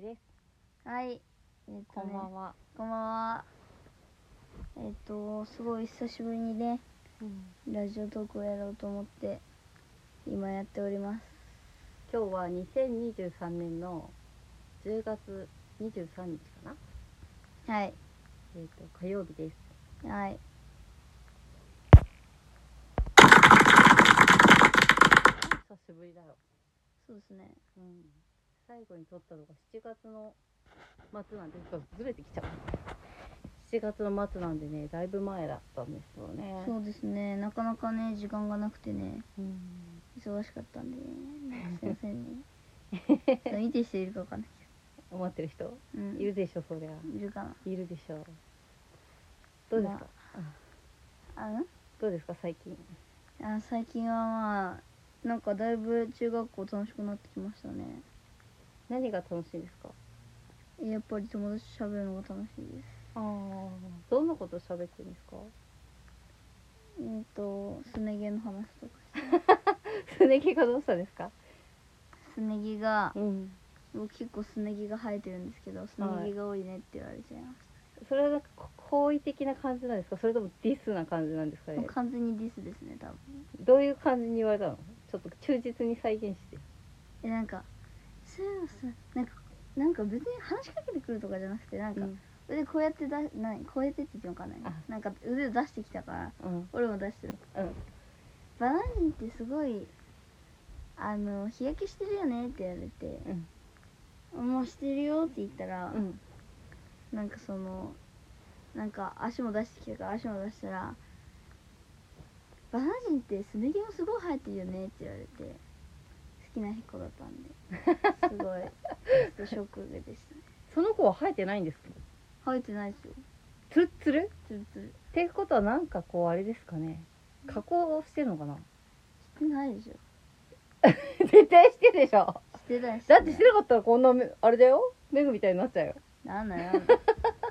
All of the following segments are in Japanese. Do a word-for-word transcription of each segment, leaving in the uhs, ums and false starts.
けです。 はい、えっとね、 こんばんは。 こんばんは。えっとすごい久しぶりにね、 うん、 ラジオトークをやろうと思って今やっております。 今日はにせんにじゅうさんねんのじゅうがつにじゅうさんにちかな。 はい。 えっ、と火曜日です。 はい。 久しぶりだよ。 そうですね。 うん。最後に撮ったのがしちがつの末なんで、ちょっとずれてきちゃう。しちがつの末なんでね、だいぶ前だったんですよね。 そうですね。なかなかね時間がなくてね、 うん。 忙しかったんでね。なんかすいませんね。そう見てる人いるかわかんない思ってる人、 けど。うん。 いるでしょ、そりゃ。 いるかな。 いるでしょう。どうですか。 まあ、あのどうですか最近。 あ最近はまあなんかだいぶ中学校楽しくなってきましたね。 何が楽しいですか。 やっぱり友達と喋るのが楽しいです。 ああ、どんなこと喋ってるんですか。 うんとすね毛の話とかすね毛がどうしたんですか。 すね毛が、 うん。 僕結構すね毛が生えてるんですけど、すね毛が多いねって言われちゃいましそれはなんか好意的な感じなんですか、それともディスな感じなんですかた。もね。 う完全にディスですね多分。 どういう感じに言われたの。ちょっと忠実に再現して。 えなんかそうさなんかなんか別に話しかけてくるとかじゃなくて、なんか、 うん、 腕こうやってだ何こうやってって言ってもわかんないな、なんか腕を出してきたからうん、 俺も出してる。 うん、 バナナ人ってすごいあの日焼けしてるよねって言われて、 うん、 もうしてるよって言ったら、 うん、 なんかそのなんか足も出してきたから足も出したら、バナナ人ってすね毛もすごい生えてるよねって言われて、好きな子だったんですごいちょっとショックでしたね。 その子は生えてないんですか。 生えてないですよ。 ツルッツルツルツルっていうことはなんかこうあれですかね、加工をしてるのかな。 してないでしょ。 絶対してるでしょ。 してないしだってしてなかったらこんなあれだよ、メグみたいになっちゃうよ。 なんだなんだ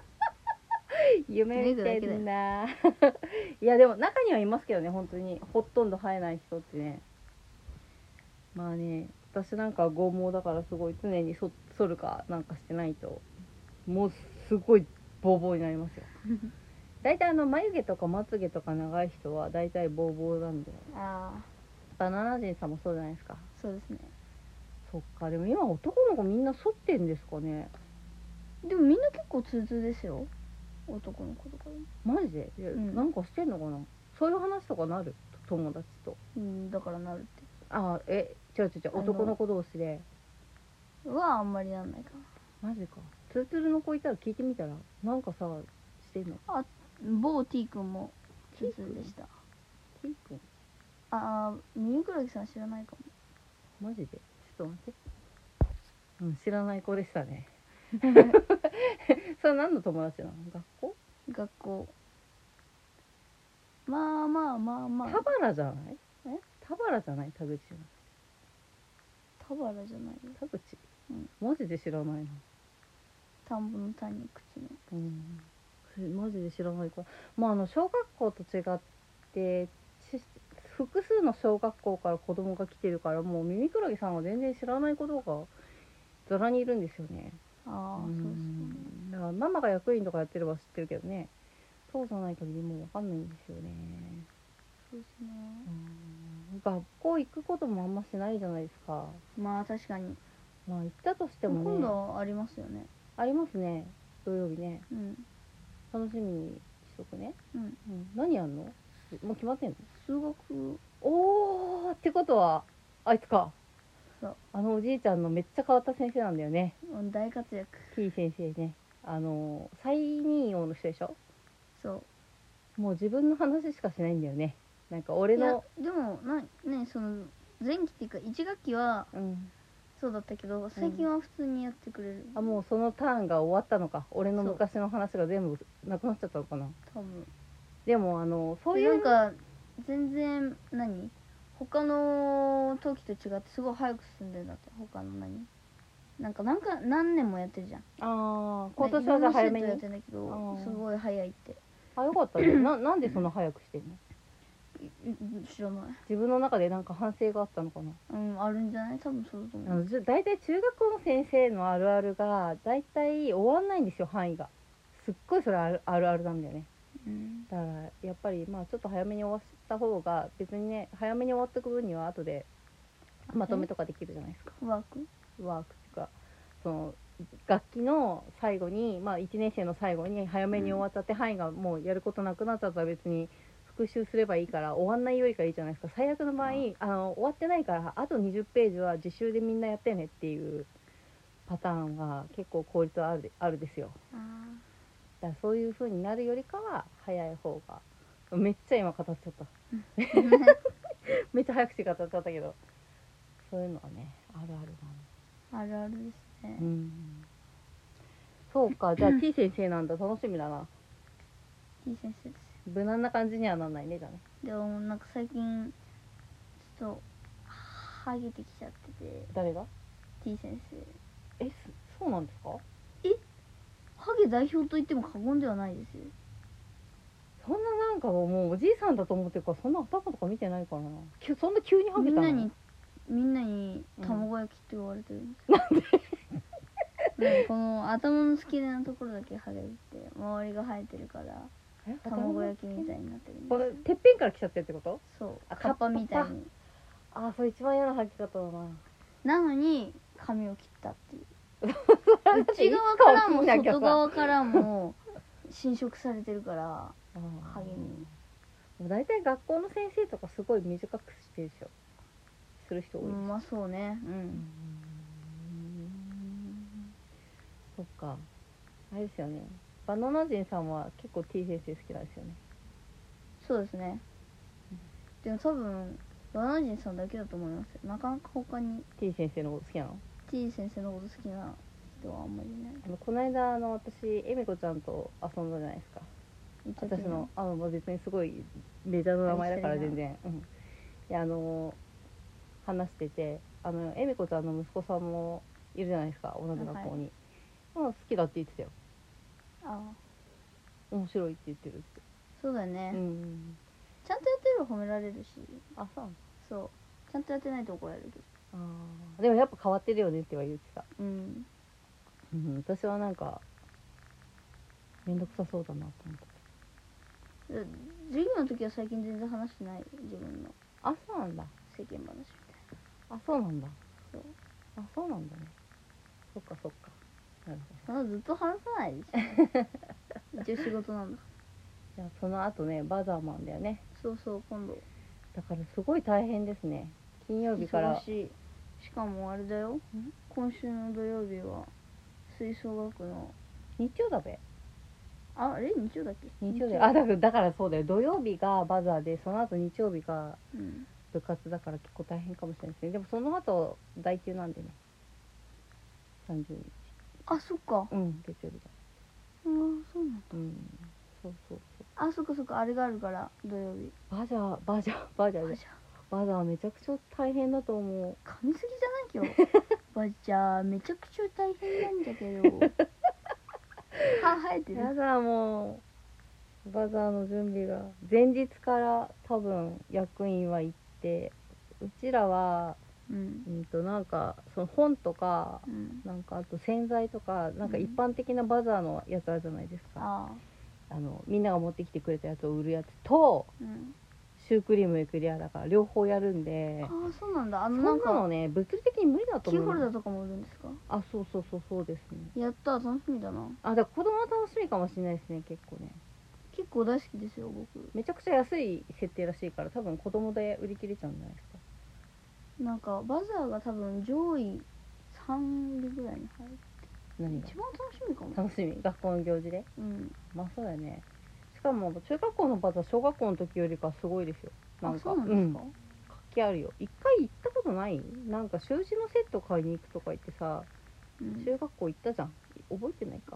夢見てんな。いやでも中にはいますけどね、本当にほとんど生えない人ってね。まあね、私なんかは剛毛だからすごい常にそ剃るかなんかしてないともうすごいボーボーになりますよ。大体あの眉毛とかまつげとか長い人は大体ボーボーなんで。 ああバナナ人さんもそうじゃないですか。 そうですね。 そっか。でも今男の子みんな剃ってんですかね。 でもみんな結構ツルツルですよ、男の子とかでも。 マジで、いや、 うん、 なんかしてんのかな。そういう話とかなる友達と。 うんだからなるって。 ああ、え違う違う違う、男の子同士で。 はあんまりなんないかマジか。ツルツルの子いたら聞いてみたら、なんかさしてんの。 な。あ某 T 君もツルツルでした。 T 君。 ああ耳黒木さん知らないかも。 マジでちょっと待って。うん、知らない子でしたね。それ何の友達なの。学校。 学校。まあまあまあまあ田原じゃない。 え田原じゃない。田口。 田原じゃないよ。 田口、 うん、 マジで知らないな。 田んぼの田に口の。 うん、マジで知らない子。まああの小学校と違って複数の小学校から子供が来てるから、もう耳黒木さんは全然知らないことがざらにいるんですよね。 ああ、 うん、 そうですね。 だからママが役員とかやってれば知ってるけどね、そうじゃない限りもう分かんないんですよね。 そうですね。 うん、学校行くこともあんましないじゃないですか。 まあ確かに。 まあ行ったとしてもね、 今度ありますよね。 ありますね、土曜日ね。 うん。 楽しみにしとくね。 うん。 うん、何やんの。もう決まってんの。 数学。 おーってことはあいつか。 そう。 あのおじいちゃんのめっちゃ変わった先生なんだよね。 大活躍。 キー先生ね。あの最任用の人でしょ。 そう。 もう自分の話しかしないんだよね。なんか俺の。 いやでもなねその前期っていうかいち学期はうんそうだったけど、最近は普通にやってくれる。 あ、もうそのターンが終わったのか。俺の昔の話が全部なくなっちゃったのかな。 多分。 でもあのそういうなんか全然何他の時と違ってすごい早く進んでるんだって。他の何なんかなんか何年もやってるじゃん。 ああ、今年はじゃあ早めにやってんだけど、すごい早いって。 あ、よかったね。ななんでそんな早くしてんの。 い知らない。 自分の中でなんか反省があったのかな。 うんあるんじゃない？多分そうだと思う。 あのじゅ大体中学校の先生のあるあるが大体終わんないんですよ、範囲が。すっごいそれあるあるあるなんだよね。 うんだからやっぱりまあちょっと早めに終わった方が別にね、早めに終わってく分には後でまとめとかできるじゃないですか。 ワークワークっていうか、その学期の最後に、まあいちねん生の最後に早めに終わっちゃって、範囲がもうやることなくなっちゃったら別に復習すればいいから終わんないよりかいいじゃないですか。最悪の場合、あの終わってないからあとにじゅっページは自習でみんなやってねっていうパターンが結構効率はあるで、あるですよ。 あだからそういう風になるよりかは早い方が。めっちゃ今語っちゃっためっちゃ早口語っちゃったけど、そういうのはねあるあるあるあるですねな。うん、そうか。じゃあ T 先生なんだ、楽しみだな。 T 先生ですよ。 無難な感じにはなんないね、じゃあね。 でもなんか最近ちょっとハゲてきちゃってて、 誰が？ T 先生え、そうなんですか？ ハゲ代表と言っても過言ではないですよ。 そんななんかもうおじいさんだと思ってるから、そんな頭とか見てないからな。きゅそんな急にハゲたの？ みんなにみんなに卵焼きって言われてるんですよ、なんでなんかこの頭の付け根のところだけハゲて周りが生えてるからえ卵焼きみたいになってるんこれですよ。 てっぺんから来ちゃってるってこと？ そうあカッパみたいに。 ああ、それ一番嫌な履き方だな。 なのに髪を切ったっていう内側からも外側からも侵食されてるからハゲに。 だいたい学校の先生とかすごい短くしてるでしょ、する人多いでしょ、 うんまあそうねううんんそっか。あれですよね、バナナ人さんは結構 T 先生好きなんですよね。 そうですね。でも多分バナナ人さんだけだと思いますよ。なかなか他に T 先生のこと好きなの？ T 先生のこと好きな人はあんまりいない。 あのこの間あの私エミコちゃんと遊んだじゃないですか。 言っちゃっていい私のあのまあ別にすごいメジャーな名前だから全然、うん、であの話してて、あのエミコちゃんの息子さんもいるじゃないですか、同じ学校に、はい、好きだって言ってたよ。 ああ面白いって言ってるって。 そうだよね、 うん、 ちゃんとやってれば褒められるし。 あ、そうなんだ。 そうちゃんとやってないと怒られるけど。 あでもやっぱ変わってるよねっては言ってた。 うん、 うん、私はなんかめんどくさそうだなと思って授業の時は最近全然話してないよ自分のた。あ、そうなんだ。 世間話みたいあ、そうなんだ。 そうあ、そうなんだね。そっかそっか。なるそんなずっと話さないでしょ一応仕事なんだ。 じゃあその後ねバザーマンだよね。 そうそう今度だからすごい大変ですね。金曜日から忙しい。しかもあれだよ、今週の土曜日は吹奏楽の日曜だべ。 ああれ日曜だっけ？ 日曜で、あ、だからだからそうだよ。土曜日がバザーで、その後日曜日がうん部活だから結構大変かもしれないですね。でもその後代休なんでね。さんじゅうにち。 あそっかうん月曜日だ。 あそうなんだ。 うんそうそうそう。 あそっかそっかあれがあるから土曜日。 バザーバザーバザーバジャバザーめちゃくちゃ大変だと思う。 噛みすぎじゃない今日バジャーめちゃくちゃ大変なんだけど歯生えてる。 やだもうバザーの準備が前日から多分役員は行って、うちらはうんうんとなんかその本とかうんなんかあと洗剤とかなんか一般的なバザーのやつあるじゃないですか、 あああのみんなが持ってきてくれたやつを売るやつとうんシュークリームエクレアだから両方やるんで、 ああそうなんだ。あそんのなんかなのね物理的に無理だとキー思う。 ホルダーとかも売るんですか？ あ、そうそうそうそうですね。 やった楽しみだな。 あ、だから子供は楽しみかもしれないですね。結構ね結構大好きですよ僕。 めちゃくちゃ安い設定らしいから多分子供で売り切れちゃうんじゃないですか。 なんかバザーが多分上位さんいぐらいに入る。 何が一番楽しみかも。 楽しみ？学校の行事で。 うんまあそうだよね。しかも中学校のバザー小学校の時よりかすごいですよ。なんかあそうなんですか、 うん、活気あるよ。一回行ったことない？なんか習字のセット買いに行くとか言ってさ、 うん中学校行ったじゃん。覚えてないか。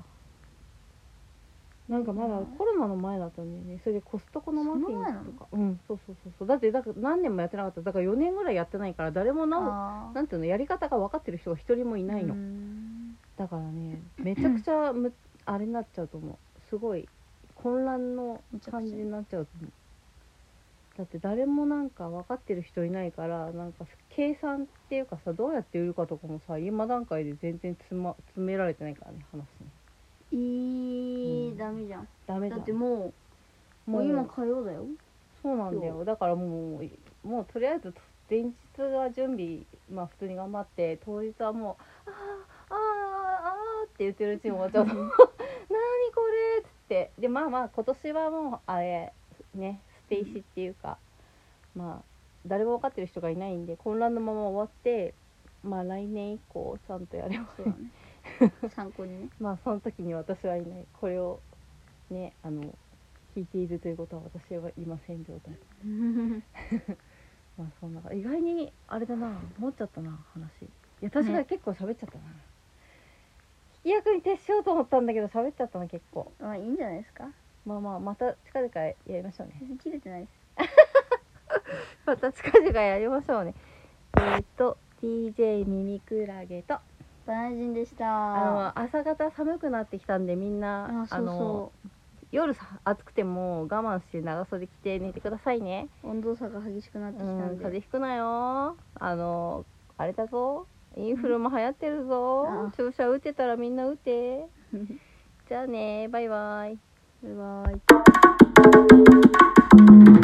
なんかまだコロナの前だったんだよね。それでコストコのマフィンとか、うんそうそうそうそう。だってだから何年もやってなかった。だからよねんぐらいやってないから誰もなおあーなんていうのやり方が分かってる人が一人もいないの。 うーんだからねめちゃくちゃむあれになっちゃうと思う。すごい混乱の感じになっちゃうと思う。 だって誰もなんか分かってる人いないから、なんか計算っていうかさ、どうやって売るかとかもさ、今段階で全然つ、ま、詰められてないからね、話すの。 えーうんダメじゃん。 ダメじゃん。 だってもうももうう今火曜だよ。 そうなんだよ。だからもうもうとりあえず前日は準備、まあ普通に頑張って、当日はもうあーあーあーって言ってるうちに終わっちゃうと何これっつって、でまあまあ今年はもうあれね、捨て石っていうか、まあ誰も分かってる人がいないんで混乱のまま終わって、まあ来年以降ちゃんとやればそうだね参考にね。 まあその時に私はいない、これをね、あの聞いているということは私はいません状態まあそんな、意外にあれだな、思っちゃったな話。いや確かに結構喋っちゃったな、飛躍に徹しようと思ったんだけど喋っちゃったな結構。 まあいいんじゃないですか。 まあまあまた近々やりましょうね。 別に切れてないです。 また近々やりましょうね。えー、っと ティージェー ミミクラゲとバナジンでした。 あの朝方寒くなってきたんで、みんなあそうそう、 あの夜さ暑くても我慢して長袖着て寝てくださいね。 温度差が激しくなってきたうんん、 で、 風邪ひくなよ。あのあれだぞ、インフルも流行ってるぞ。 あ注射打てたらみんな打て。じゃあね、バイバイ。 バイバイ。